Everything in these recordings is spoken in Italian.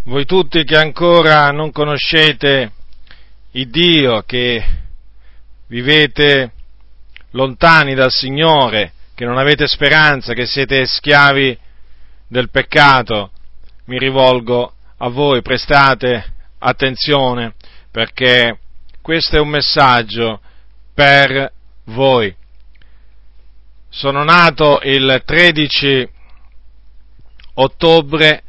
Voi tutti che ancora non conoscete il Dio, che vivete lontani dal Signore, che non avete speranza, che siete schiavi del peccato, mi rivolgo a voi, prestate attenzione, perché questo è un messaggio per voi. Sono nato il 13 ottobre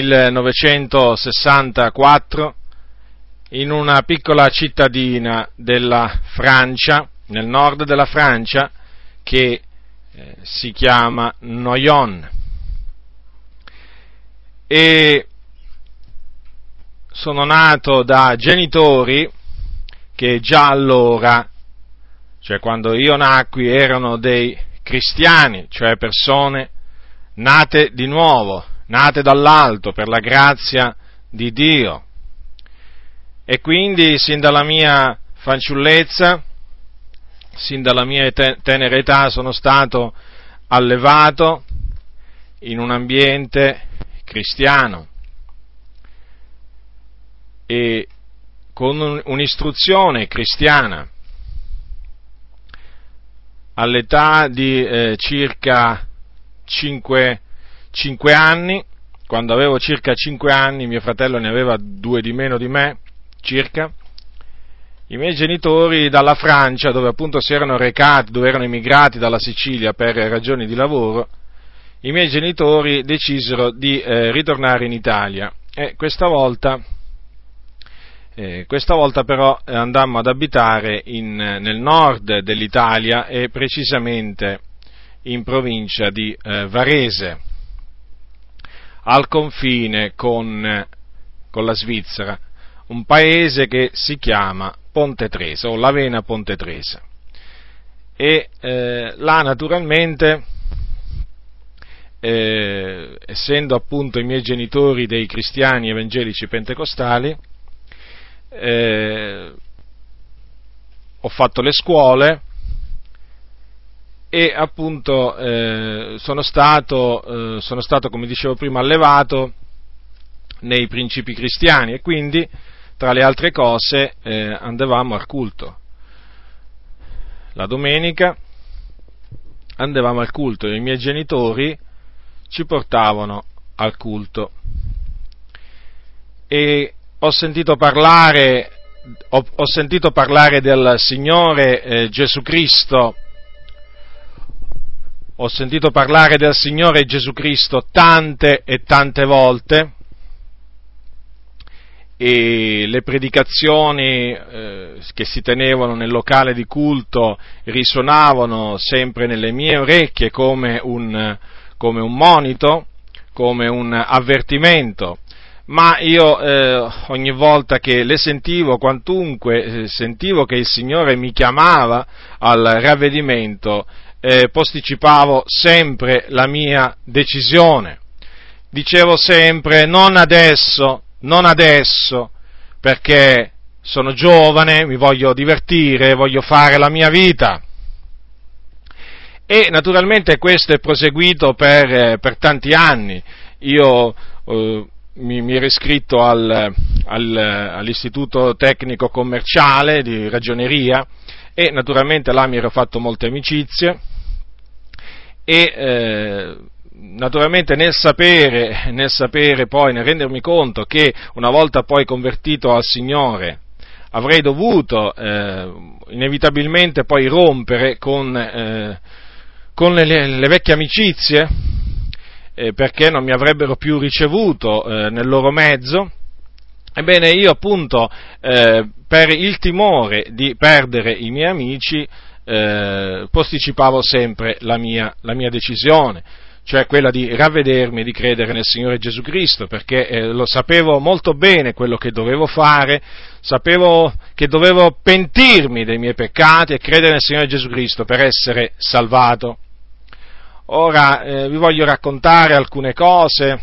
1964 in una piccola cittadina della Francia, nel nord della Francia, che si chiama Noyon. E sono nato da genitori che già allora, cioè quando io nacqui, erano dei cristiani, cioè persone nate di nuovo, nate dall'alto per la grazia di Dio. E quindi sin dalla mia fanciullezza, sin dalla mia tenera età, sono stato allevato in un ambiente cristiano e con un'istruzione cristiana. All'età di circa 5 anni, quando avevo circa 5 anni, mio fratello ne aveva 2 di meno di me, circa, i miei genitori dalla Francia, dove appunto si erano recati, dove erano emigrati dalla Sicilia per ragioni di lavoro, i miei genitori decisero di ritornare in Italia e questa volta però andammo ad abitare nel nord dell'Italia e precisamente in provincia di Varese, al confine con la Svizzera, un paese che si chiama Ponte Tresa o Lavena Ponte Tresa. E là naturalmente, essendo appunto i miei genitori dei cristiani evangelici pentecostali, ho fatto le scuole e appunto sono stato, come dicevo prima, allevato nei principi cristiani e quindi, tra le altre cose, andavamo al culto. La domenica andavamo al culto e i miei genitori ci portavano al culto. E ho sentito parlare del Signore Gesù Cristo. Ho sentito parlare del Signore Gesù Cristo tante e tante volte e le predicazioni che si tenevano nel locale di culto risuonavano sempre nelle mie orecchie come un monito, come un avvertimento. Ma io ogni volta che le sentivo, quantunque sentivo che il Signore mi chiamava al ravvedimento, posticipavo sempre la mia decisione. Dicevo sempre non adesso, perché sono giovane, mi voglio divertire, voglio fare la mia vita. E naturalmente questo è proseguito per tanti anni. Io mi ero iscritto all'istituto tecnico commerciale di ragioneria e naturalmente là mi ero fatto molte amicizie e naturalmente nel sapere poi, nel rendermi conto che una volta poi convertito al Signore avrei dovuto inevitabilmente poi rompere con le vecchie amicizie, perché non mi avrebbero più ricevuto nel loro mezzo, ebbene io appunto per il timore di perdere i miei amici posticipavo sempre la mia decisione, cioè quella di ravvedermi e di credere nel Signore Gesù Cristo, perché lo sapevo molto bene quello che dovevo fare, sapevo che dovevo pentirmi dei miei peccati e credere nel Signore Gesù Cristo per essere salvato. Ora vi voglio raccontare alcune cose,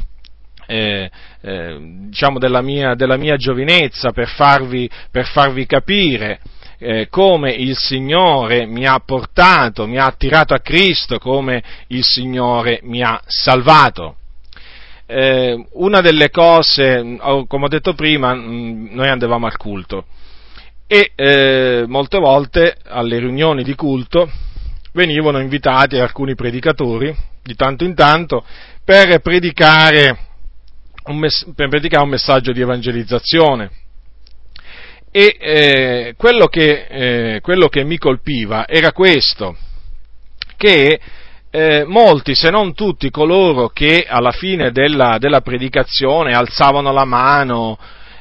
diciamo della mia giovinezza, per farvi capire come il Signore mi ha attirato a Cristo, come il Signore mi ha salvato. una delle cose, come ho detto prima, noi andavamo al culto e molte volte alle riunioni di culto venivano invitati alcuni predicatori di tanto in tanto per predicare un messaggio di evangelizzazione. E quello che mi colpiva era questo, che molti, se non tutti, coloro che alla fine della predicazione alzavano la mano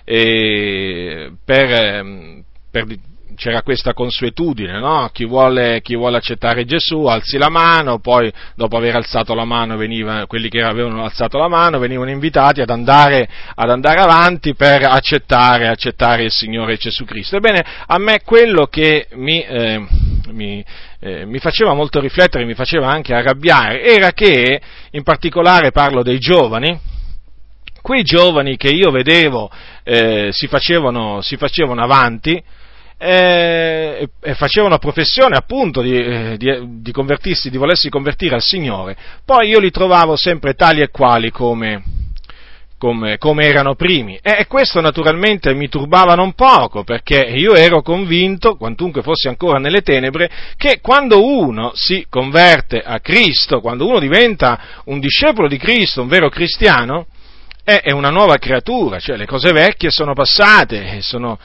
c'era questa consuetudine, no? Chi vuole accettare Gesù alzi la mano, poi dopo aver alzato la mano quelli che avevano alzato la mano venivano invitati ad andare avanti per accettare il Signore Gesù Cristo. Ebbene, a me quello che mi faceva molto riflettere, mi faceva anche arrabbiare, era che, in particolare parlo dei giovani, quei giovani che io vedevo si facevano avanti, e facevano professione appunto di convertirsi, di volersi convertire al Signore, poi io li trovavo sempre tali e quali come erano primi, e questo naturalmente mi turbava non poco, perché io ero convinto, quantunque fossi ancora nelle tenebre, che quando uno si converte a Cristo, quando uno diventa un discepolo di Cristo, un vero cristiano, è una nuova creatura, cioè le cose vecchie sono passate,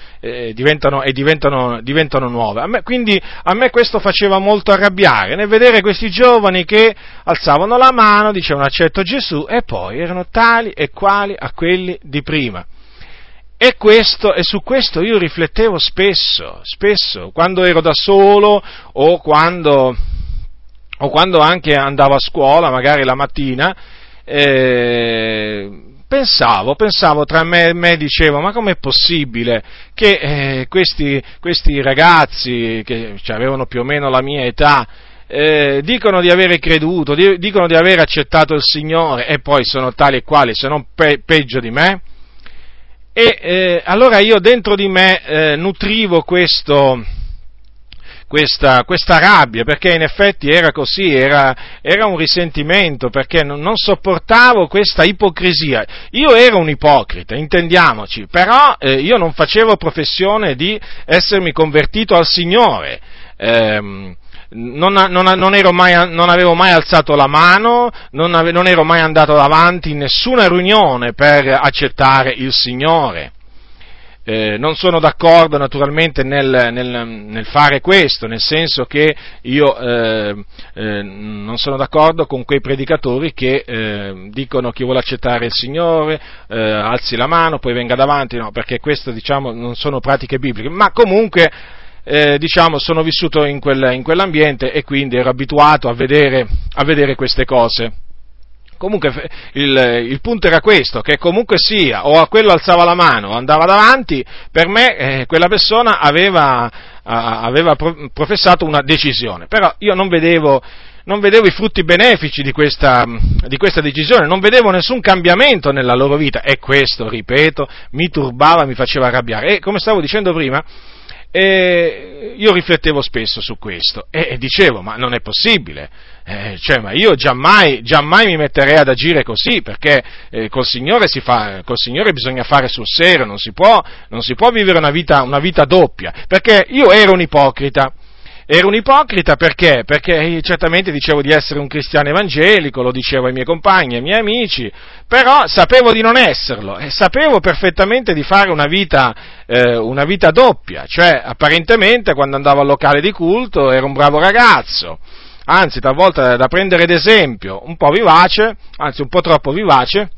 diventano nuove. Quindi a me questo faceva molto arrabbiare, nel vedere questi giovani che alzavano la mano, dicevano accetto Gesù, e poi erano tali e quali a quelli di prima. E su questo io riflettevo spesso, quando ero da solo o quando anche andavo a scuola, magari la mattina, pensavo tra me e me, dicevo, ma com'è possibile che questi ragazzi, che avevano più o meno la mia età, dicono di avere creduto, dicono di aver accettato il Signore, e poi sono tali e quali, se non peggio di me? E allora io dentro di me nutrivo questa rabbia, perché in effetti era così, era un risentimento, perché non sopportavo questa ipocrisia. Io ero un ipocrita, intendiamoci, però io non facevo professione di essermi convertito al Signore. Non avevo mai alzato la mano, non ero mai andato avanti in nessuna riunione per accettare il Signore. Non sono d'accordo naturalmente nel fare questo, nel senso che io non sono d'accordo con quei predicatori che dicono chi vuole accettare il Signore alzi la mano, poi venga davanti, no, perché queste non sono pratiche bibliche, ma comunque sono vissuto in quell'ambiente e quindi ero abituato a vedere queste cose. Comunque il punto era questo, che comunque sia, o a quello alzava la mano o andava davanti, per me quella persona aveva professato una decisione, però io non vedevo i frutti benefici di questa decisione, non vedevo nessun cambiamento nella loro vita, e questo, ripeto, mi turbava, mi faceva arrabbiare, e come stavo dicendo prima, io riflettevo spesso su questo e dicevo, ma non è possibile, ma io giammai mi metterei ad agire così, perché col Signore bisogna fare sul serio, non si può vivere una vita doppia, perché io ero un ipocrita. Perché? Perché certamente dicevo di essere un cristiano evangelico, lo dicevo ai miei compagni, ai miei amici, però sapevo di non esserlo, e sapevo perfettamente di fare una vita doppia, cioè apparentemente quando andavo al locale di culto ero un bravo ragazzo, anzi talvolta da prendere d'esempio, un po' vivace, anzi un po' troppo vivace,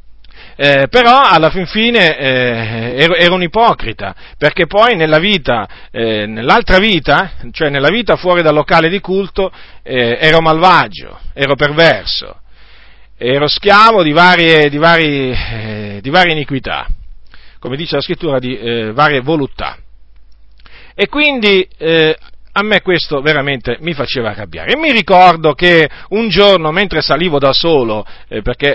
però alla fin fine ero un ipocrita, perché poi nell'altra vita, cioè nella vita fuori dal locale di culto, ero malvagio, ero perverso, ero schiavo di varie iniquità, come dice la scrittura, di varie voluttà. E quindi a me questo veramente mi faceva arrabbiare. E mi ricordo che un giorno, mentre salivo da solo, perché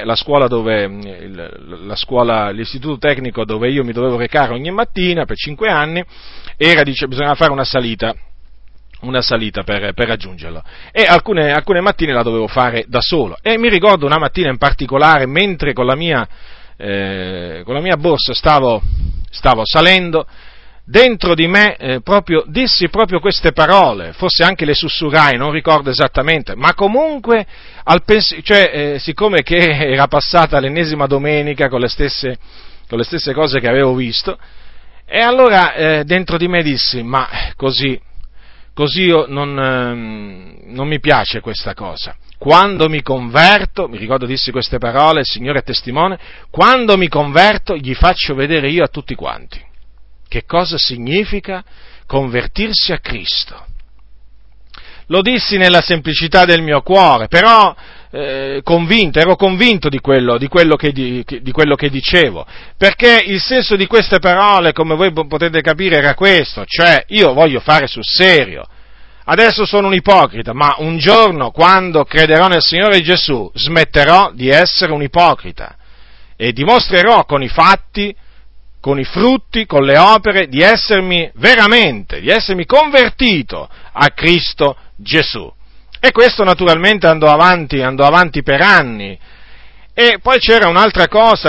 l'istituto tecnico dove io mi dovevo recare ogni mattina per 5 anni, bisognava fare una salita. una salita per raggiungerlo, e alcune mattine la dovevo fare da solo, e mi ricordo una mattina in particolare, mentre con la mia borsa stavo salendo, dentro di me dissi proprio queste parole, forse anche le sussurrai, non ricordo esattamente, ma comunque siccome che era passata l'ennesima domenica con le stesse cose che avevo visto, e allora dentro di me dissi: ma così io non mi piace questa cosa. Quando mi converto, mi ricordo dissi queste parole, il Signore è testimone, quando mi converto gli faccio vedere io a tutti quanti che cosa significa convertirsi a Cristo. Lo dissi nella semplicità del mio cuore, però ero convinto di quello che dicevo, perché il senso di queste parole, come voi potete capire, era questo: cioè, io voglio fare sul serio. Adesso sono un ipocrita, ma un giorno, quando crederò nel Signore Gesù, smetterò di essere un ipocrita e dimostrerò con i fatti, con i frutti, con le opere, di essermi convertito a Cristo Gesù. E questo naturalmente andò avanti per anni. E poi c'era un'altra cosa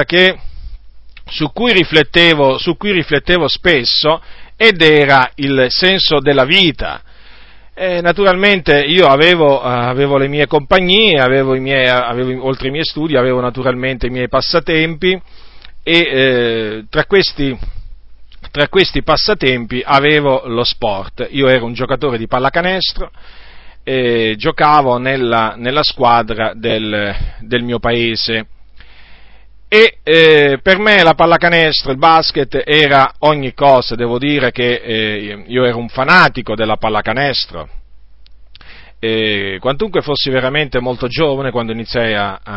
su cui riflettevo spesso, ed era il senso della vita. Naturalmente io avevo le mie compagnie, oltre ai miei studi, avevo naturalmente i miei passatempi, e tra questi passatempi avevo lo sport. Io ero un giocatore di pallacanestro, e giocavo nella squadra del mio paese, e per me la pallacanestro, il basket, era ogni cosa. Devo dire che io ero un fanatico della pallacanestro, quantunque fossi veramente molto giovane quando iniziai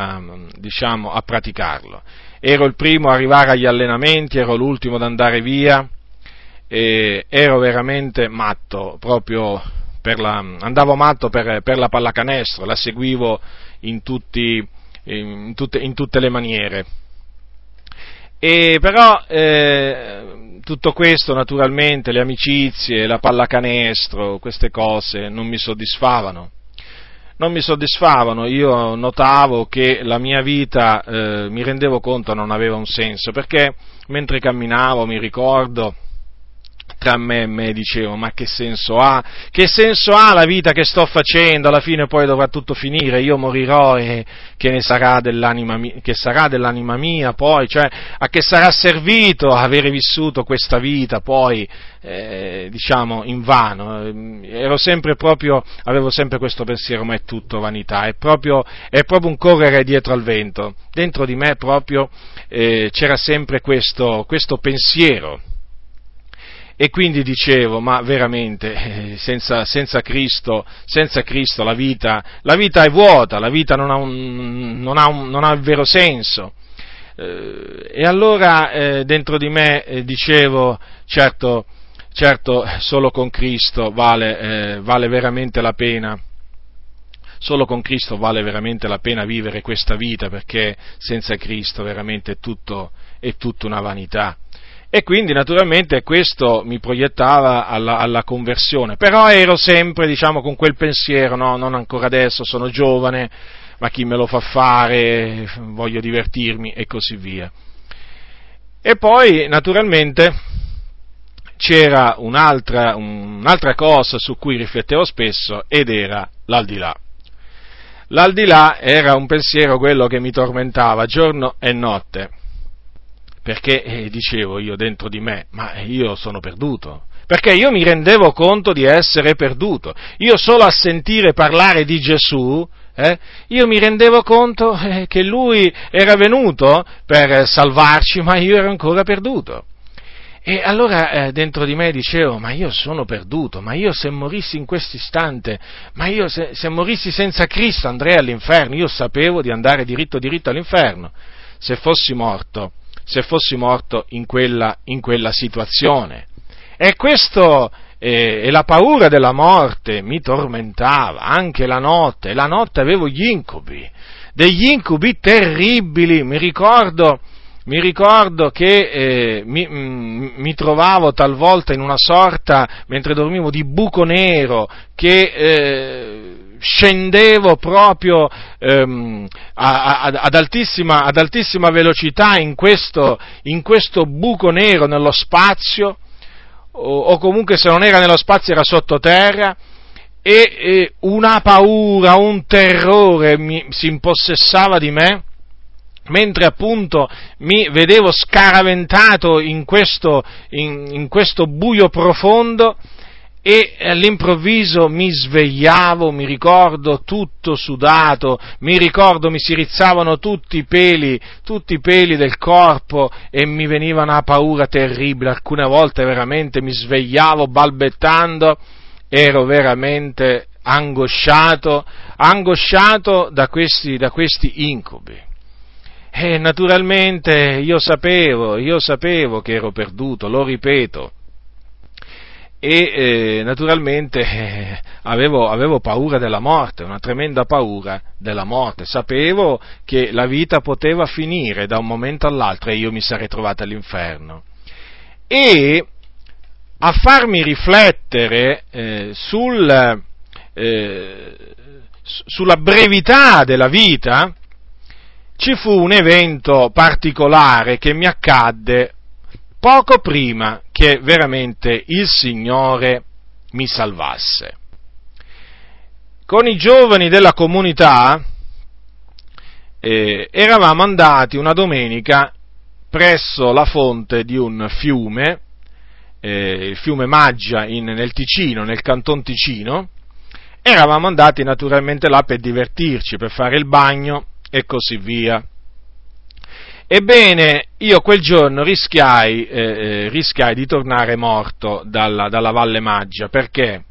a praticarlo. Ero il primo a arrivare agli allenamenti, ero l'ultimo ad andare via, e ero veramente matto, andavo matto per la pallacanestro, la seguivo in tutte le maniere. E però tutto questo, naturalmente, le amicizie, la pallacanestro, queste cose non mi soddisfavano. Io notavo che la mia vita, mi rendevo conto, non aveva un senso, perché mentre camminavo, mi ricordo, tra me e me dicevo: ma che senso ha? Che senso ha la vita che sto facendo? Alla fine poi dovrà tutto finire, io morirò, e che ne sarà dell'anima mia poi? Cioè, a che sarà servito avere vissuto questa vita poi, in vano? Avevo sempre questo pensiero: ma è tutto vanità, è proprio un correre dietro al vento. Dentro di me proprio c'era sempre questo pensiero. E quindi dicevo: ma veramente, senza Cristo la vita è vuota, la vita non ha il vero senso. E allora dentro di me dicevo: certo, solo con Cristo vale veramente la pena. Solo con Cristo vale veramente la pena vivere questa vita, perché senza Cristo veramente è tutto una vanità. E quindi naturalmente questo mi proiettava alla conversione, però ero sempre, con quel pensiero: no, non ancora adesso, sono giovane, ma chi me lo fa fare, voglio divertirmi, e così via. E poi naturalmente c'era un'altra cosa su cui riflettevo spesso, ed era l'aldilà. L'aldilà era un pensiero quello che mi tormentava giorno e notte, perché dicevo io dentro di me: ma io sono perduto, perché io mi rendevo conto di essere perduto. Io solo a sentire parlare di Gesù, io mi rendevo conto che Lui era venuto per salvarci, ma io ero ancora perduto. E allora dentro di me dicevo: ma io sono perduto, ma io se morissi in questo istante, ma io se morissi senza Cristo andrei all'inferno. Io sapevo di andare diritto all'inferno se fossi morto in quella situazione. E questo, e la paura della morte mi tormentava anche la notte. La notte avevo degli incubi terribili. Mi ricordo mi ricordo che mi trovavo talvolta in una sorta, mentre dormivo, di buco nero, che scendevo proprio ad altissima velocità in questo buco nero nello spazio, o comunque se non era nello spazio era sottoterra, e una paura, un terrore si impossessava di me, mentre appunto mi vedevo scaraventato in questo buio profondo, e all'improvviso mi svegliavo, mi ricordo tutto sudato, mi ricordo mi si rizzavano tutti i peli del corpo, e mi veniva una paura terribile. Alcune volte veramente mi svegliavo balbettando, ero veramente angosciato da questi incubi. E naturalmente io sapevo che ero perduto, lo ripeto. E naturalmente avevo paura della morte, una tremenda paura della morte. Sapevo che la vita poteva finire da un momento all'altro e io mi sarei trovato all'inferno. E a farmi riflettere sulla brevità della vita, ci fu un evento particolare che mi accadde poco prima che veramente il Signore mi salvasse. Con i giovani della comunità eravamo andati una domenica presso la fonte di un fiume, il fiume Maggia nel Ticino, nel Canton Ticino. Eravamo andati naturalmente là per divertirci, per fare il bagno e così via. Ebbene, io quel giorno rischiai di tornare morto dalla Valle Maggia. Perché?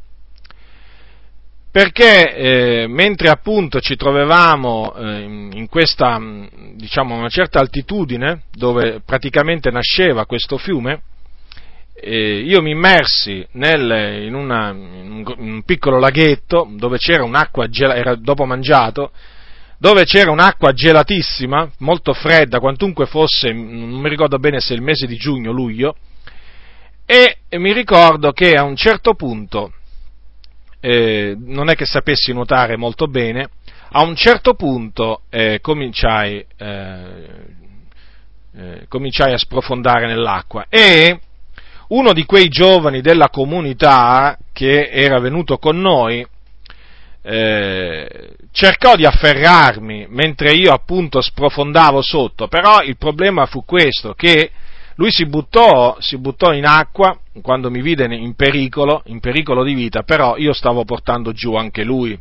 Perché mentre appunto ci trovavamo in questa, diciamo, una certa altitudine, dove praticamente nasceva questo fiume, io mi immersi in un piccolo laghetto dove c'era un'acqua, era dopo mangiato, dove c'era un'acqua gelatissima, molto fredda, quantunque fosse, non mi ricordo bene se il mese di giugno, luglio, e mi ricordo che a un certo punto, non è che sapessi nuotare molto bene, a un certo punto cominciai a sprofondare nell'acqua, e uno di quei giovani della comunità che era venuto con noi cercò di afferrarmi mentre io appunto sprofondavo sotto, però il problema fu questo, che lui si buttò in acqua quando mi vide in pericolo di vita, però io stavo portando giù anche lui.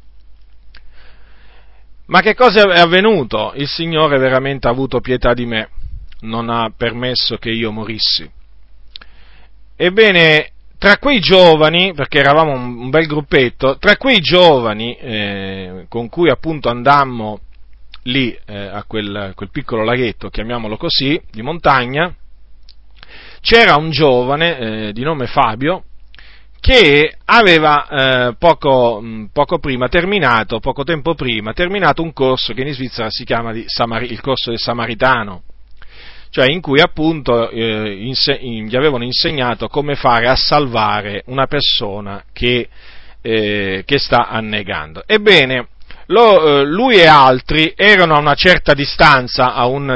Ma che cosa è avvenuto? Il Signore veramente ha avuto pietà di me, non ha permesso che io morissi. Ebbene, tra quei giovani, perché eravamo un bel gruppetto, tra quei giovani con cui appunto andammo lì a quel piccolo laghetto, chiamiamolo così, di montagna, c'era un giovane di nome Fabio che aveva poco tempo prima terminato un corso che in Svizzera si chiama il corso del Samaritano, cioè in cui appunto gli avevano insegnato come fare a salvare una persona che sta annegando. Ebbene, lui e altri erano a una certa distanza,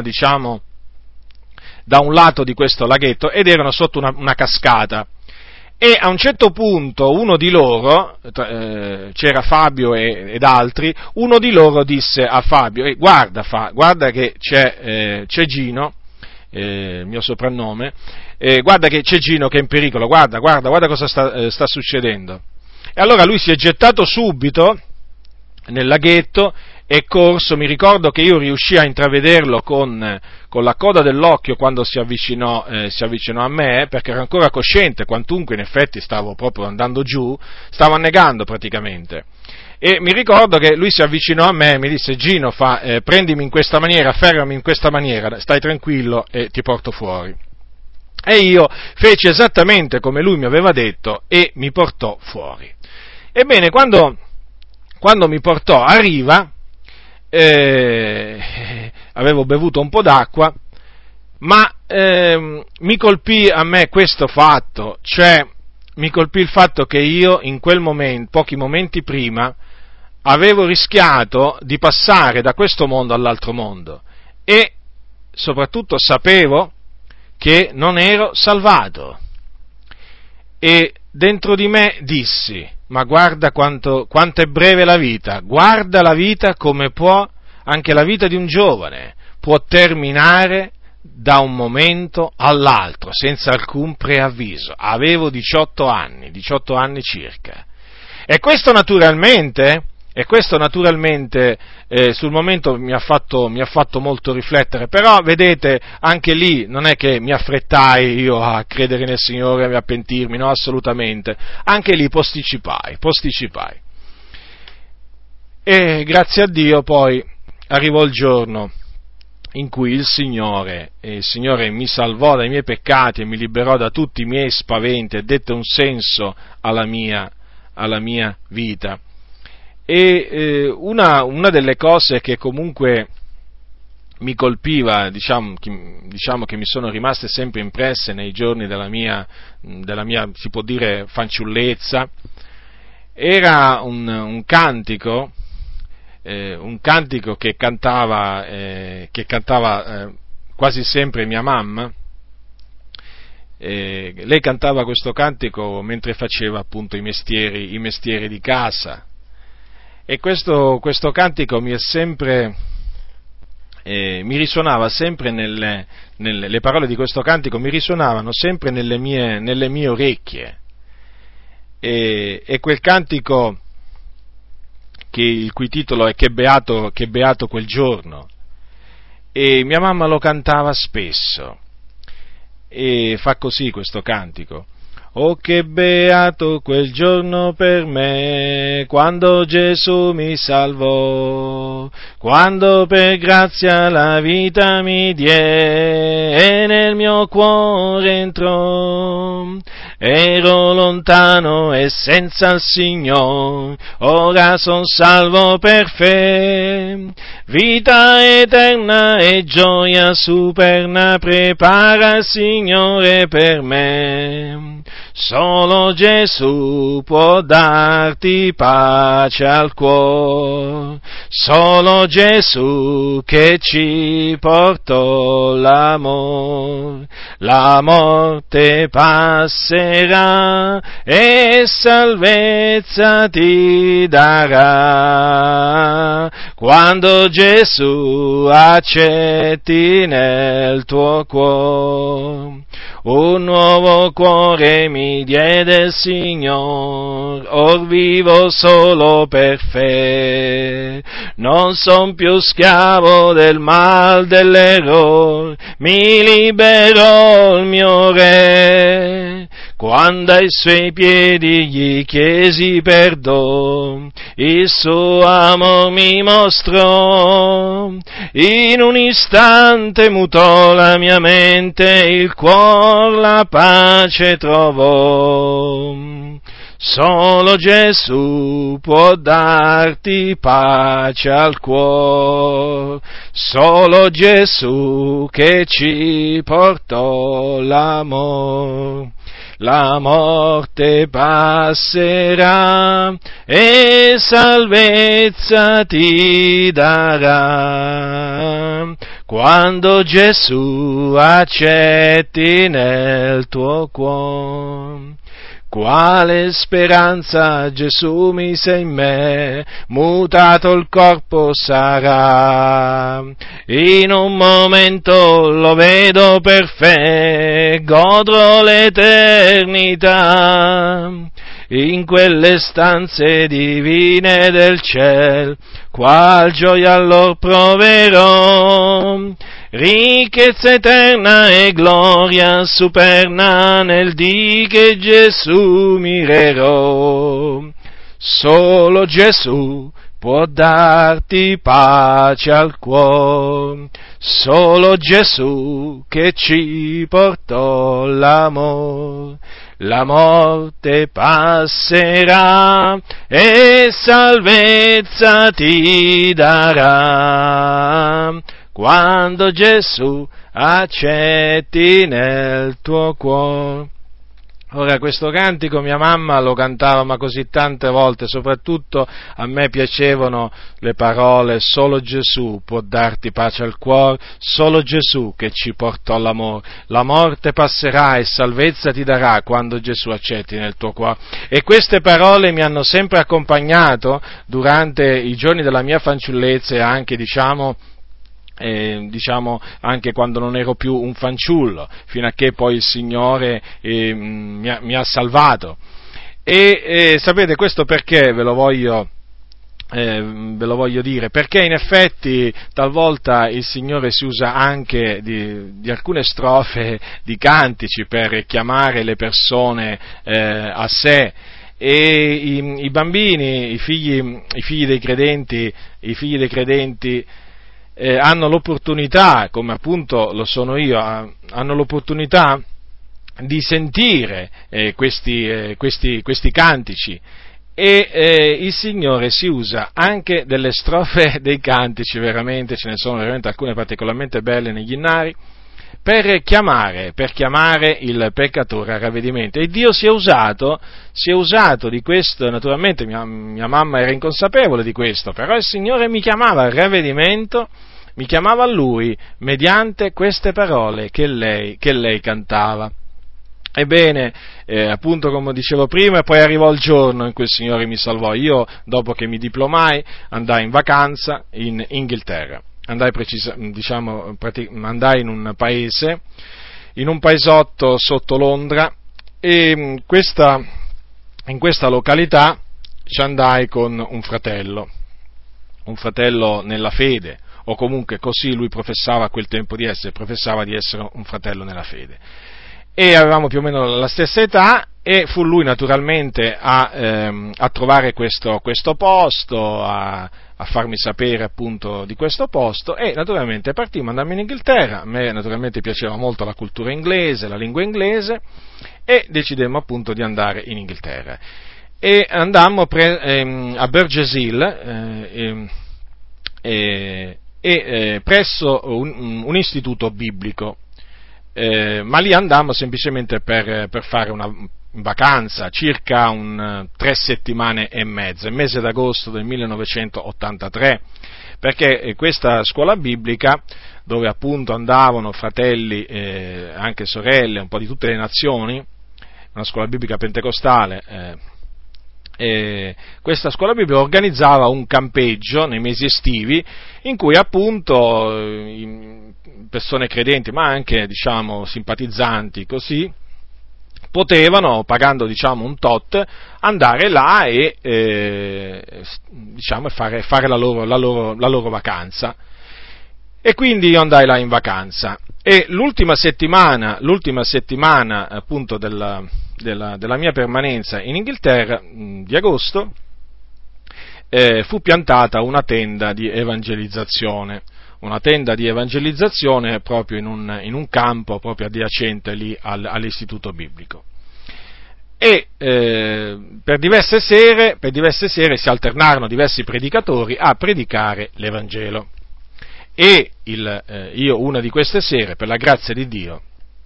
da un lato di questo laghetto, ed erano sotto una cascata. E a un certo punto uno di loro, c'era Fabio ed altri, uno di loro disse a Fabio: guarda che c'è Gino, il mio soprannome, guarda che c'è Gino che è in pericolo, guarda cosa sta succedendo. E allora lui si è gettato subito nel laghetto, è corso. Mi ricordo che io riuscii a intravederlo con la coda dell'occhio quando si avvicinò a me, perché ero ancora cosciente, quantunque in effetti stavo proprio andando giù, stavo annegando praticamente. E mi ricordo che lui si avvicinò a me e mi disse: Gino, prendimi in questa maniera, afferrami in questa maniera, stai tranquillo e ti porto fuori. E io feci esattamente come lui mi aveva detto e mi portò fuori. Ebbene, quando mi portò a riva, avevo bevuto un po' d'acqua, Ma mi colpì a me questo fatto, cioè mi colpì il fatto che io in quel momento, pochi momenti prima, avevo rischiato di passare da questo mondo all'altro mondo e soprattutto sapevo che non ero salvato. E dentro di me dissi: ma guarda quanto è breve la vita, guarda la vita come può, anche la vita di un giovane, può terminare da un momento all'altro, senza alcun preavviso. Avevo 18 anni circa. E questo naturalmente sul momento mi ha fatto molto riflettere, però vedete, anche lì non è che mi affrettai io a credere nel Signore e a pentirmi, no, assolutamente, anche lì posticipai. E grazie a Dio poi arrivò il giorno in cui il Signore mi salvò dai miei peccati e mi liberò da tutti i miei spaventi e dette un senso alla mia vita. E una delle cose che comunque mi colpiva, diciamo che mi sono rimaste sempre impresse nei giorni della mia, si può dire, fanciullezza, era un cantico che cantava quasi sempre mia mamma. Lei cantava questo cantico mentre faceva appunto i mestieri di casa, e questo cantico mi risuonava sempre le parole di questo cantico mi risuonavano sempre nelle mie orecchie, e quel cantico il cui titolo è Che beato quel giorno, e mia mamma lo cantava spesso, e fa così questo cantico: oh, che beato quel giorno per me, quando Gesù mi salvò, quando per grazia la vita mi diè e nel mio cuore entrò. Ero lontano e senza il Signore, ora son salvo per fe. Vita eterna e gioia superna prepara il Signore per me. Solo Gesù può darti pace al cuore, solo Gesù che ci portò l'amor. La morte passerà e salvezza ti darà, quando Gesù accetti nel tuo cuore. Un nuovo cuore mi diede il Signor, or vivo solo per fe. Non son più schiavo del mal, dell'errore, mi liberò il mio Re. Quando ai suoi piedi gli chiesi perdono, il suo amor mi mostrò. In un istante mutò la mia mente, il cuor la pace trovò. Solo Gesù può darti pace al cuore, solo Gesù che ci portò l'amor. La morte passerà e salvezza ti darà, quando Gesù accetti nel tuo cuore. Quale speranza Gesù mise in me, mutato il corpo sarà. In un momento lo vedo per fe, godrò l'eternità. In quelle stanze divine del ciel, qual gioia allor proverò. Ricchezza eterna e gloria superna nel dì che Gesù mirerò. Solo Gesù può darti pace al cuore, solo Gesù che ci portò l'amor. La morte passerà e salvezza ti darà, quando Gesù accetti nel tuo cuore. Ora, questo cantico mia mamma lo cantava ma così tante volte, soprattutto a me piacevano le parole: solo Gesù può darti pace al cuore, solo Gesù che ci portò all'amore, la morte passerà e salvezza ti darà quando Gesù accetti nel tuo cuore. E queste parole mi hanno sempre accompagnato durante i giorni della mia fanciullezza e anche, diciamo anche quando non ero più un fanciullo, fino a che poi il Signore mi ha salvato. Sapete questo perché ve lo voglio dire? Perché in effetti talvolta il Signore si usa anche di alcune strofe di cantici per chiamare le persone a sé. E i bambini, i figli dei credenti, hanno l'opportunità, come appunto lo sono io, hanno l'opportunità di sentire questi cantici, e il Signore si usa anche delle strofe dei cantici, veramente, ce ne sono veramente alcune particolarmente belle negli innari, per chiamare il peccatore al ravvedimento. E Dio si è usato di questo, naturalmente mia mamma era inconsapevole di questo, però il Signore mi chiamava al ravvedimento, mi chiamava a Lui mediante queste parole che lei cantava. Ebbene, appunto come dicevo prima, poi arrivò il giorno in cui il Signore mi salvò. Io, dopo che mi diplomai, andai in vacanza in Inghilterra. Andai in un paesotto sotto Londra, e in questa località ci andai con un fratello nella fede, o comunque così lui professava a quel tempo di essere un fratello nella fede. E avevamo più o meno la stessa età, e fu lui naturalmente a trovare questo posto, a farmi sapere appunto di questo posto, e naturalmente partimmo, andammo in Inghilterra. A me naturalmente piaceva molto la cultura inglese, la lingua inglese, e decidemmo appunto di andare in Inghilterra. E andammo a Burgess Hill, presso un istituto biblico. Ma lì andammo semplicemente per fare una vacanza, circa 3 settimane e mezza, il mese d'agosto del 1983, perché questa scuola biblica, dove appunto andavano fratelli, anche sorelle, un po' di tutte le nazioni, una scuola biblica pentecostale, questa scuola biblica organizzava un campeggio nei mesi estivi, in cui appunto persone credenti, ma anche simpatizzanti così, potevano, pagando un tot, andare là e fare la loro vacanza. E quindi io andai là in vacanza, e l'ultima settimana appunto della mia permanenza in Inghilterra, di agosto, fu piantata una tenda di evangelizzazione proprio in un campo proprio adiacente lì all'istituto biblico. E per diverse sere si alternarono diversi predicatori a predicare l'Evangelo. E io una di queste sere, per la grazia di Dio,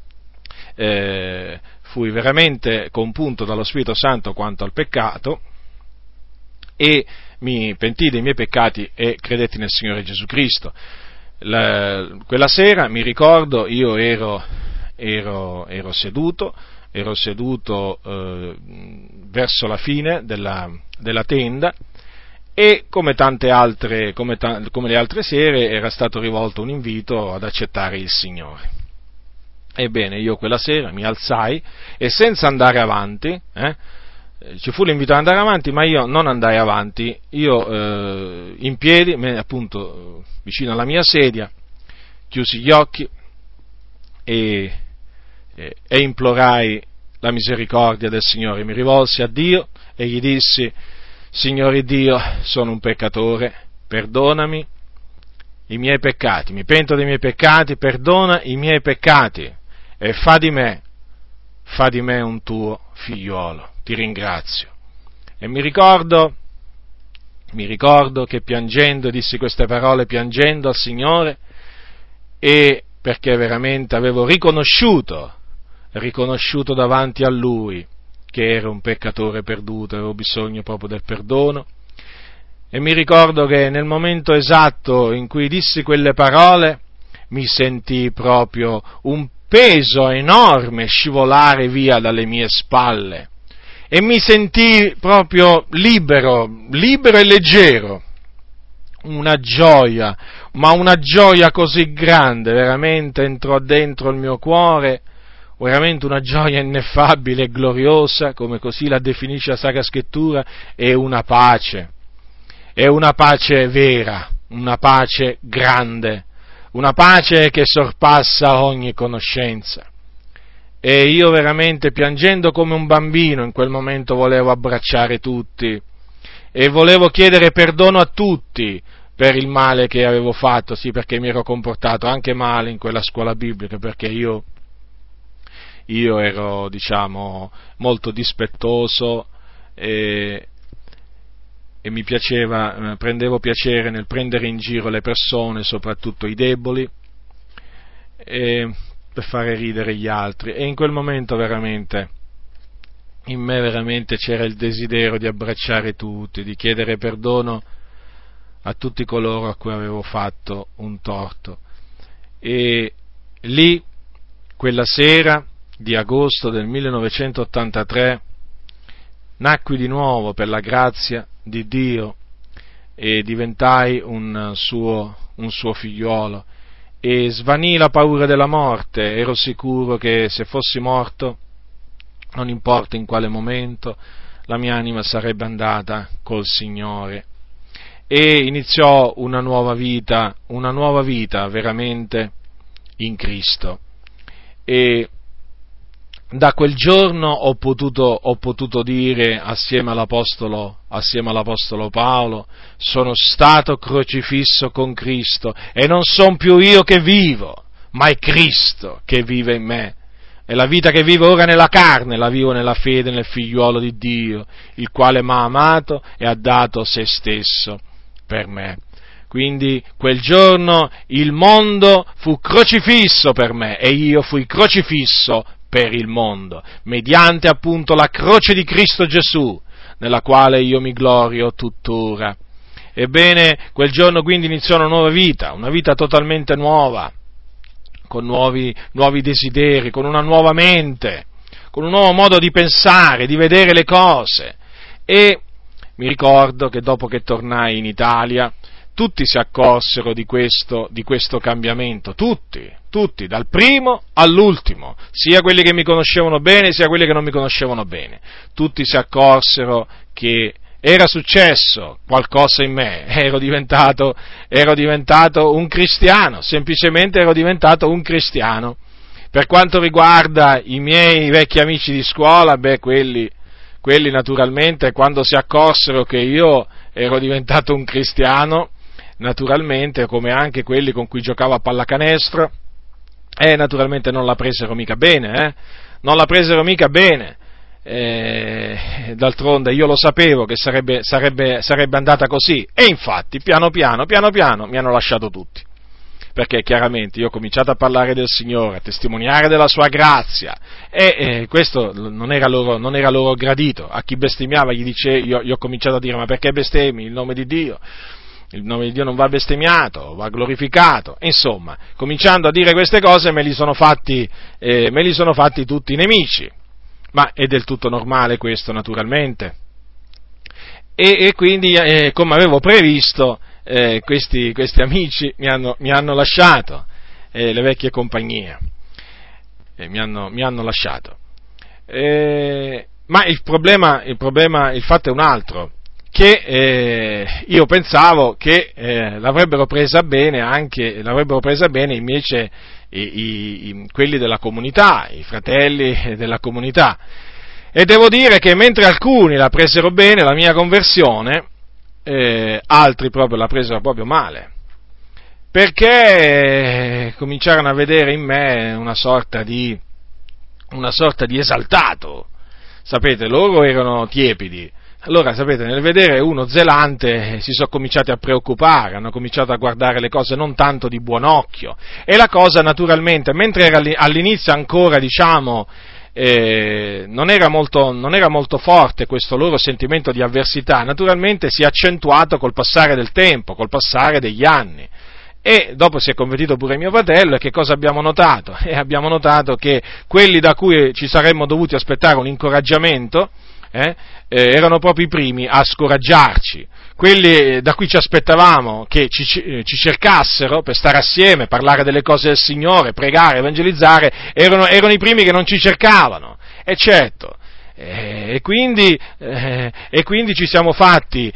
fui veramente compunto dallo Spirito Santo quanto al peccato, e mi pentii dei miei peccati e credetti nel Signore Gesù Cristo. Quella sera, mi ricordo, io ero seduto verso la fine della tenda, e come le altre sere era stato rivolto un invito ad accettare il Signore. Ebbene, io quella sera mi alzai, e senza andare avanti, ci fu l'invito ad andare avanti, ma io non andai avanti. Io in piedi, appunto vicino alla mia sedia, chiusi gli occhi e implorai la misericordia del Signore. Mi rivolsi a Dio e gli dissi: Signore Dio, sono un peccatore, perdonami i miei peccati, mi pento dei miei peccati, perdona i miei peccati e fa di me un tuo figliuolo, ti ringrazio. E mi ricordo che piangendo, dissi queste parole piangendo al Signore, e perché veramente avevo riconosciuto davanti a Lui che ero un peccatore perduto, avevo bisogno proprio del perdono. E mi ricordo che nel momento esatto in cui dissi quelle parole mi sentii proprio un peso enorme scivolare via dalle mie spalle e mi sentii proprio libero e leggero. Una gioia, ma una gioia così grande, veramente entrò dentro il mio cuore, veramente una gioia ineffabile e gloriosa, come così la definisce la Sacra Scrittura, e una pace vera, una pace grande, una pace che sorpassa ogni conoscenza. E io veramente, piangendo come un bambino, in quel momento volevo abbracciare tutti e volevo chiedere perdono a tutti per il male che avevo fatto, sì, perché mi ero comportato anche male in quella scuola biblica, perché io ero, molto dispettoso e mi piaceva, prendevo piacere nel prendere in giro le persone, soprattutto i deboli, per fare ridere gli altri. E in quel momento in me veramente c'era il desiderio di abbracciare tutti, di chiedere perdono a tutti coloro a cui avevo fatto un torto. E lì, quella sera di agosto del 1983, nacqui di nuovo per la grazia di Dio e diventai un suo figliuolo, e svanì la paura della morte. Ero sicuro che se fossi morto, non importa in quale momento, la mia anima sarebbe andata col Signore, e iniziò una nuova vita veramente in Cristo. E da quel giorno ho potuto dire assieme all'Apostolo Paolo: sono stato crocifisso con Cristo e non son più io che vivo, ma è Cristo che vive in me. E la vita che vivo ora nella carne la vivo nella fede nel Figliuolo di Dio, il quale m'ha amato e ha dato se stesso per me. Quindi quel giorno il mondo fu crocifisso per me e io fui crocifisso per il mondo, mediante appunto la croce di Cristo Gesù, nella quale io mi glorio tuttora. Ebbene, quel giorno quindi iniziò una vita totalmente nuova, con nuovi desideri, con una nuova mente, con un nuovo modo di pensare, di vedere le cose. E mi ricordo che dopo che tornai in Italia, tutti si accorsero di questo cambiamento, tutti, dal primo all'ultimo, sia quelli che mi conoscevano bene, sia quelli che non mi conoscevano bene. Tutti si accorsero che era successo qualcosa in me, ero diventato un cristiano, semplicemente ero diventato un cristiano. Per quanto riguarda i miei vecchi amici di scuola, quelli naturalmente, quando si accorsero che io ero diventato un cristiano, naturalmente, come anche quelli con cui giocavo a pallacanestro, naturalmente non la presero mica bene, d'altronde io lo sapevo che sarebbe andata così, e infatti piano piano mi hanno lasciato tutti, perché chiaramente io ho cominciato a parlare del Signore, a testimoniare della Sua grazia, e questo non era loro gradito. A chi bestemmiava io ho cominciato a dire: ma perché bestemmi il nome di Dio? Il nome di Dio non va bestemmiato, va glorificato. Insomma, cominciando a dire queste cose me li sono fatti tutti nemici, ma è del tutto normale questo, naturalmente. E quindi, come avevo previsto, questi amici mi hanno lasciato, le vecchie compagnie, mi hanno lasciato. Ma il fatto è un altro, che io pensavo che l'avrebbero presa bene invece quelli della comunità, i fratelli della comunità. E devo dire che mentre alcuni la presero bene, la mia conversione, altri proprio la presero proprio male, perché cominciarono a vedere in me una sorta di esaltato. Sapete, loro erano tiepidi, Allora, sapete, nel vedere uno zelante si sono cominciati a preoccupare, hanno cominciato a guardare le cose non tanto di buon occhio, e la cosa naturalmente, mentre era all'inizio ancora, diciamo, non era molto forte questo loro sentimento di avversità, naturalmente si è accentuato col passare del tempo, col passare degli anni. E dopo si è convertito pure mio fratello, e che cosa abbiamo notato? Abbiamo notato che quelli da cui ci saremmo dovuti aspettare un incoraggiamento, erano proprio i primi a scoraggiarci. Quelli da cui ci aspettavamo che ci cercassero per stare assieme, parlare delle cose del Signore, pregare, evangelizzare, erano i primi che non ci cercavano. E certo, e quindi ci siamo fatti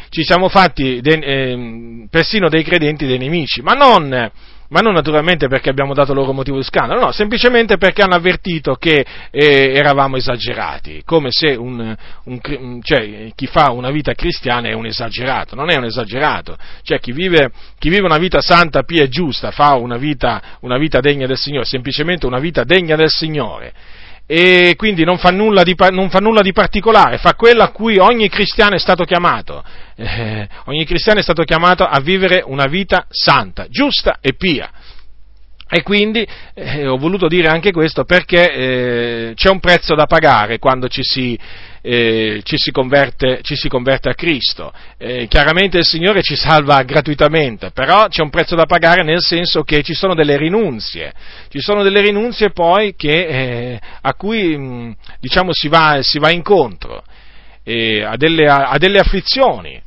persino dei credenti dei nemici, ma non naturalmente perché abbiamo dato loro motivo di scandalo, no, semplicemente perché hanno avvertito che eravamo esagerati, come se cioè, chi fa una vita cristiana è un esagerato. Non è un esagerato, cioè chi vive una vita santa, pia e giusta, fa una vita degna del Signore, semplicemente una vita degna del Signore, e quindi non fa nulla di particolare, fa quello a cui ogni cristiano è stato chiamato. Ogni cristiano è stato chiamato a vivere una vita santa, giusta e pia. E quindi ho voluto dire anche questo perché c'è un prezzo da pagare quando ci si converte a Cristo. Chiaramente il Signore ci salva gratuitamente, però c'è un prezzo da pagare, nel senso che ci sono delle rinunzie poi che a cui diciamo si va incontro a delle afflizioni,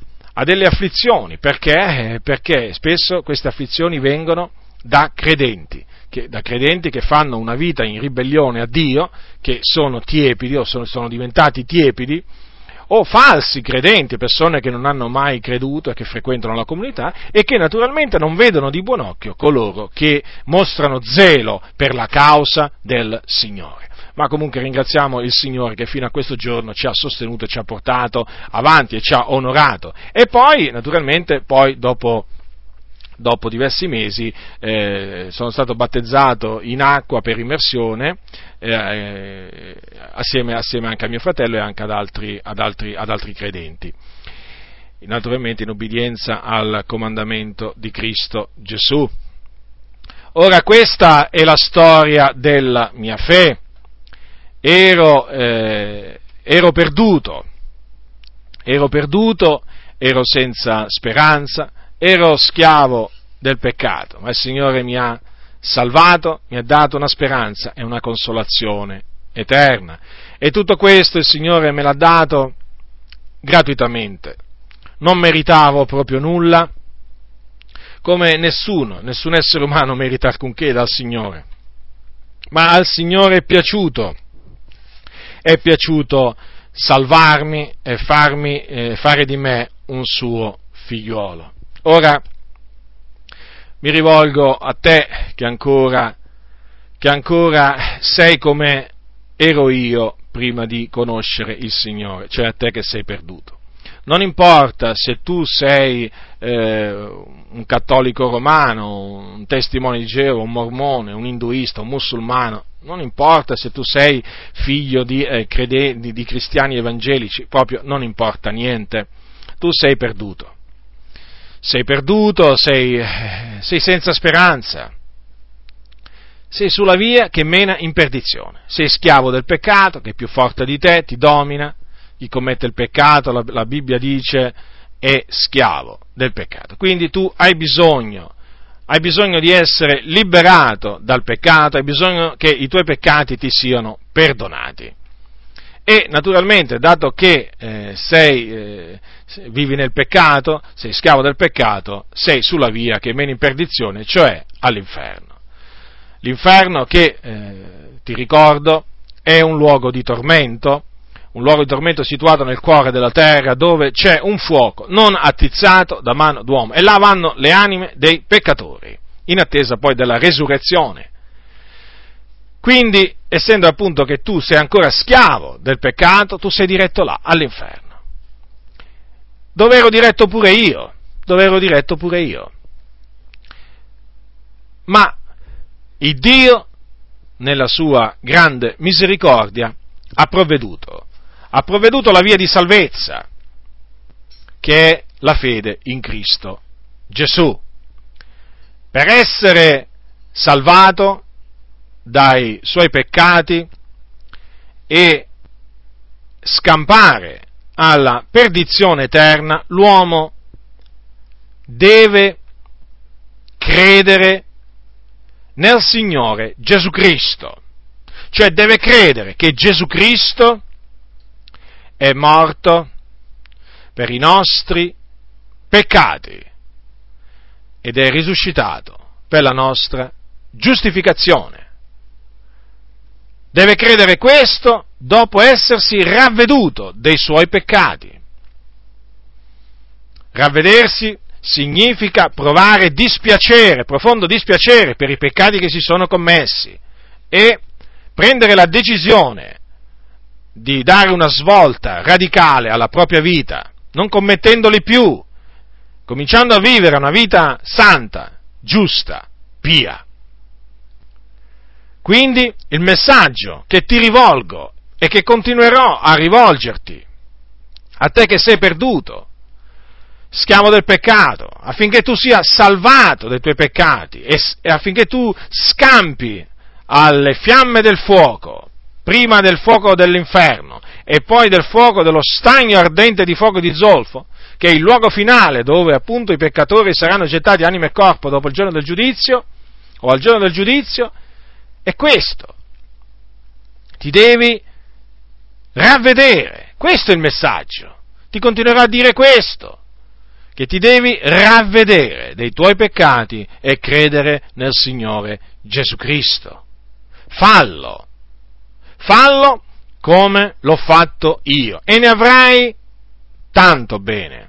perché spesso queste afflizioni vengono da credenti che fanno una vita in ribellione a Dio, che sono tiepidi o sono diventati tiepidi, o falsi credenti, persone che non hanno mai creduto e che frequentano la comunità e che naturalmente non vedono di buon occhio coloro che mostrano zelo per la causa del Signore. Ma comunque ringraziamo il Signore che fino a questo giorno ci ha sostenuto e ci ha portato avanti e ci ha onorato. E poi, naturalmente, dopo diversi mesi sono stato battezzato in acqua per immersione, assieme anche a mio fratello e anche ad altri credenti, naturalmente in obbedienza al comandamento di Cristo Gesù. Ora, questa è la storia della mia fè. Ero perduto, ero senza speranza, ero schiavo del peccato, ma il Signore mi ha salvato, mi ha dato una speranza e una consolazione eterna. E tutto questo il Signore me l'ha dato gratuitamente. Non meritavo proprio nulla, come nessun essere umano merita alcunché dal Signore. Ma al Signore è piaciuto salvarmi e fare di me un suo figliuolo. Ora mi rivolgo a te che ancora sei come ero io prima di conoscere il Signore, cioè a te che sei perduto. Non importa se tu sei un cattolico romano, un testimone di Geova, un mormone, un induista, un musulmano, non importa se tu sei figlio di cristiani evangelici, proprio non importa niente, tu sei perduto. Sei senza speranza, sei sulla via che mena in perdizione, sei schiavo del peccato che è più forte di te, ti domina, chi commette il peccato, la Bibbia dice, è schiavo del peccato. Quindi tu hai bisogno di essere liberato dal peccato, hai bisogno che i tuoi peccati ti siano perdonati. E naturalmente, dato che vivi nel peccato, sei schiavo del peccato, sei sulla via che mena in perdizione, cioè all'inferno. L'inferno che, ti ricordo, è un luogo di tormento situato nel cuore della terra, dove c'è un fuoco non attizzato da mano d'uomo, e là vanno le anime dei peccatori, in attesa poi della resurrezione. Quindi, essendo appunto che tu sei ancora schiavo del peccato, tu sei diretto là, all'inferno. Dove ero diretto pure io. Ma il Dio, nella sua grande misericordia, ha provveduto la via di salvezza, che è la fede in Cristo Gesù. Per essere salvato dai suoi peccati e scampare alla perdizione eterna, l'uomo deve credere nel Signore Gesù Cristo, cioè deve credere che Gesù Cristo è morto per i nostri peccati ed è risuscitato per la nostra giustificazione. Deve credere questo dopo essersi ravveduto dei suoi peccati. Ravvedersi significa provare dispiacere, profondo dispiacere per i peccati che si sono commessi e prendere la decisione di dare una svolta radicale alla propria vita, non commettendoli più, cominciando a vivere una vita santa, giusta, pia. Quindi il messaggio che ti rivolgo e che continuerò a rivolgerti, a te che sei perduto, schiavo del peccato, affinché tu sia salvato dai tuoi peccati e affinché tu scampi alle fiamme del fuoco, prima del fuoco dell'inferno e poi del fuoco dello stagno ardente di fuoco di zolfo, che è il luogo finale dove appunto i peccatori saranno gettati anima e corpo dopo il giorno del giudizio, o al giorno del giudizio, è questo. Ti devi ravvedere, questo è il messaggio. Ti continuerò a dire questo, che ti devi ravvedere dei tuoi peccati e credere nel Signore Gesù Cristo. Fallo come l'ho fatto io e ne avrai tanto bene.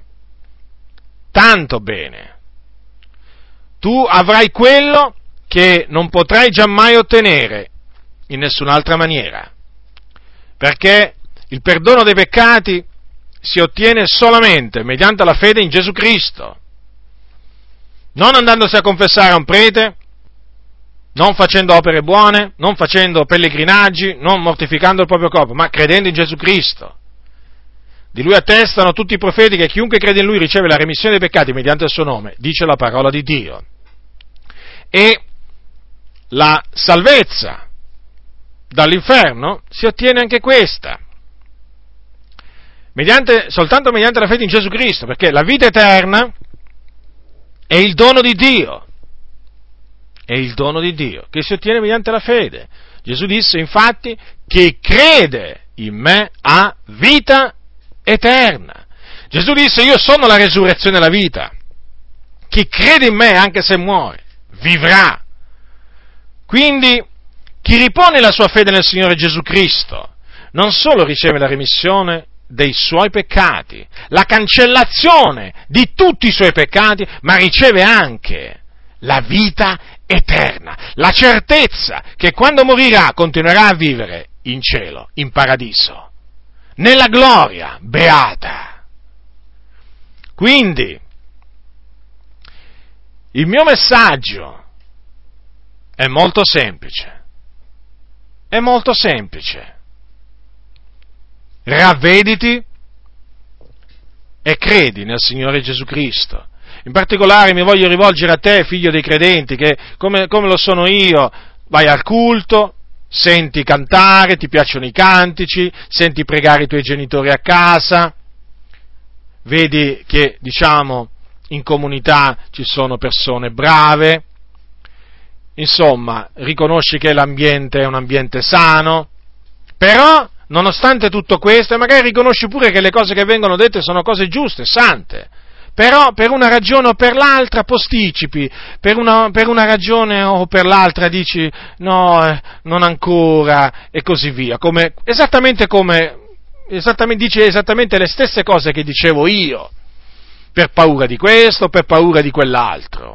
Tu avrai quello che non potrai giammai ottenere in nessun'altra maniera, perché il perdono dei peccati si ottiene solamente mediante la fede in Gesù Cristo, non andandosi a confessare a un prete, non facendo opere buone, non facendo pellegrinaggi, non mortificando il proprio corpo, ma credendo in Gesù Cristo. Di Lui attestano tutti i profeti che chiunque crede in Lui riceve la remissione dei peccati mediante il suo nome, dice la parola di Dio. E la salvezza dall'inferno si ottiene anche questa, soltanto mediante la fede in Gesù Cristo, perché la vita eterna è il dono di Dio, che si ottiene mediante la fede. Gesù disse infatti che crede in me ha vita eterna. Gesù disse io sono la resurrezione e la vita, chi crede in me anche se muore vivrà. Quindi chi ripone la sua fede nel Signore Gesù Cristo non solo riceve la remissione dei suoi peccati, la cancellazione di tutti i suoi peccati, ma riceve anche la vita eterna, la certezza che quando morirà continuerà a vivere in cielo, in paradiso, nella gloria beata. Quindi il mio messaggio è molto semplice. Ravvediti e credi nel Signore Gesù Cristo. In particolare mi voglio rivolgere a te, figlio dei credenti, che come lo sono io, vai al culto, senti cantare, ti piacciono i cantici, senti pregare i tuoi genitori a casa, vedi che, in comunità ci sono persone brave, insomma, riconosci che l'ambiente è un ambiente sano, però, nonostante tutto questo, e magari riconosci pure che le cose che vengono dette sono cose giuste, sante, però per una ragione o per l'altra posticipi, per una ragione o per l'altra dici no, non ancora, e così via, dici esattamente le stesse cose che dicevo io, per paura di questo, per paura di quell'altro.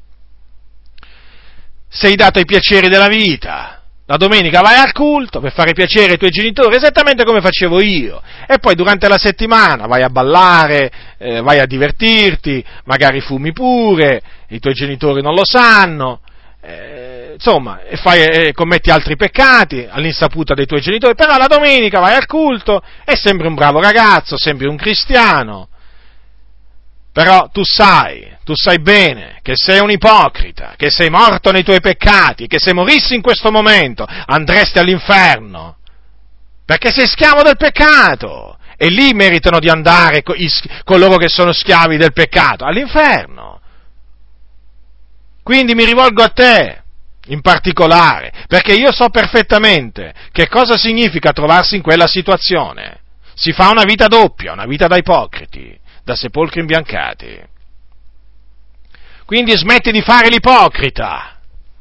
Sei dato ai piaceri della vita, la domenica vai al culto per fare piacere ai tuoi genitori, esattamente come facevo io, e poi durante la settimana vai a ballare, vai a divertirti, magari fumi pure, i tuoi genitori non lo sanno, insomma, e commetti altri peccati all'insaputa dei tuoi genitori, però la domenica vai al culto e sembri un bravo ragazzo, sembri un cristiano, Però tu sai bene che sei un ipocrita, che sei morto nei tuoi peccati, che se morissi in questo momento andresti all'inferno, perché sei schiavo del peccato, e lì meritano di andare coloro che sono schiavi del peccato, all'inferno. Quindi mi rivolgo a te, in particolare, perché io so perfettamente che cosa significa trovarsi in quella situazione. Si fa una vita doppia, una vita da ipocriti, da sepolcri imbiancati. Quindi smetti di fare l'ipocrita.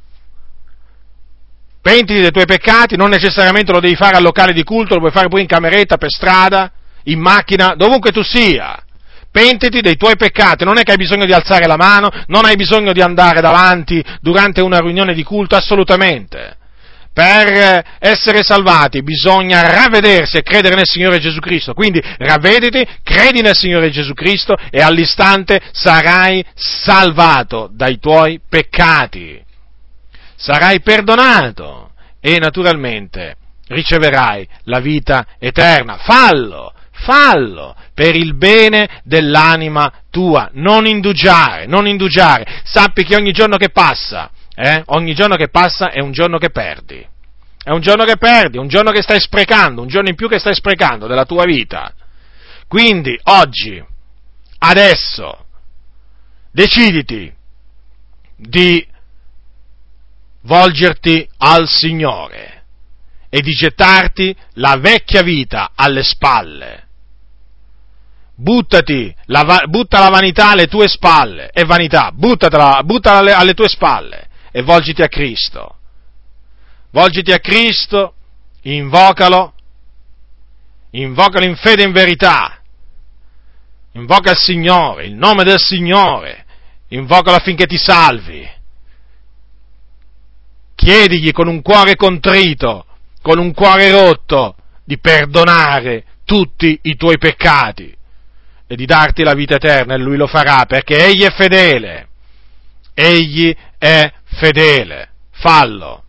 Pentiti dei tuoi peccati, non necessariamente lo devi fare al locale di culto, lo puoi fare pure in cameretta, per strada, in macchina, dovunque tu sia. Pentiti dei tuoi peccati, non è che hai bisogno di alzare la mano, non hai bisogno di andare davanti durante una riunione di culto, assolutamente. Per essere salvati bisogna ravvedersi e credere nel Signore Gesù Cristo. Quindi ravvediti, credi nel Signore Gesù Cristo e all'istante sarai salvato dai tuoi peccati. Sarai perdonato e naturalmente riceverai la vita eterna. Fallo per il bene dell'anima tua, non indugiare. Sappi che ogni giorno che passa è un giorno che perdi. È un giorno che stai sprecando, un giorno in più che stai sprecando della tua vita. Quindi oggi, adesso, deciditi di volgerti al Signore e di gettarti la vecchia vita alle spalle. Butta la vanità alle tue spalle, è vanità, buttala alle tue spalle e volgiti a Cristo. Volgiti a Cristo, invocalo in fede e in verità, invoca il Signore, il nome del Signore, invocalo affinché ti salvi. Chiedigli con un cuore contrito, con un cuore rotto, di perdonare tutti i tuoi peccati e di darti la vita eterna, e Lui lo farà, perché Egli è fedele. Fallo.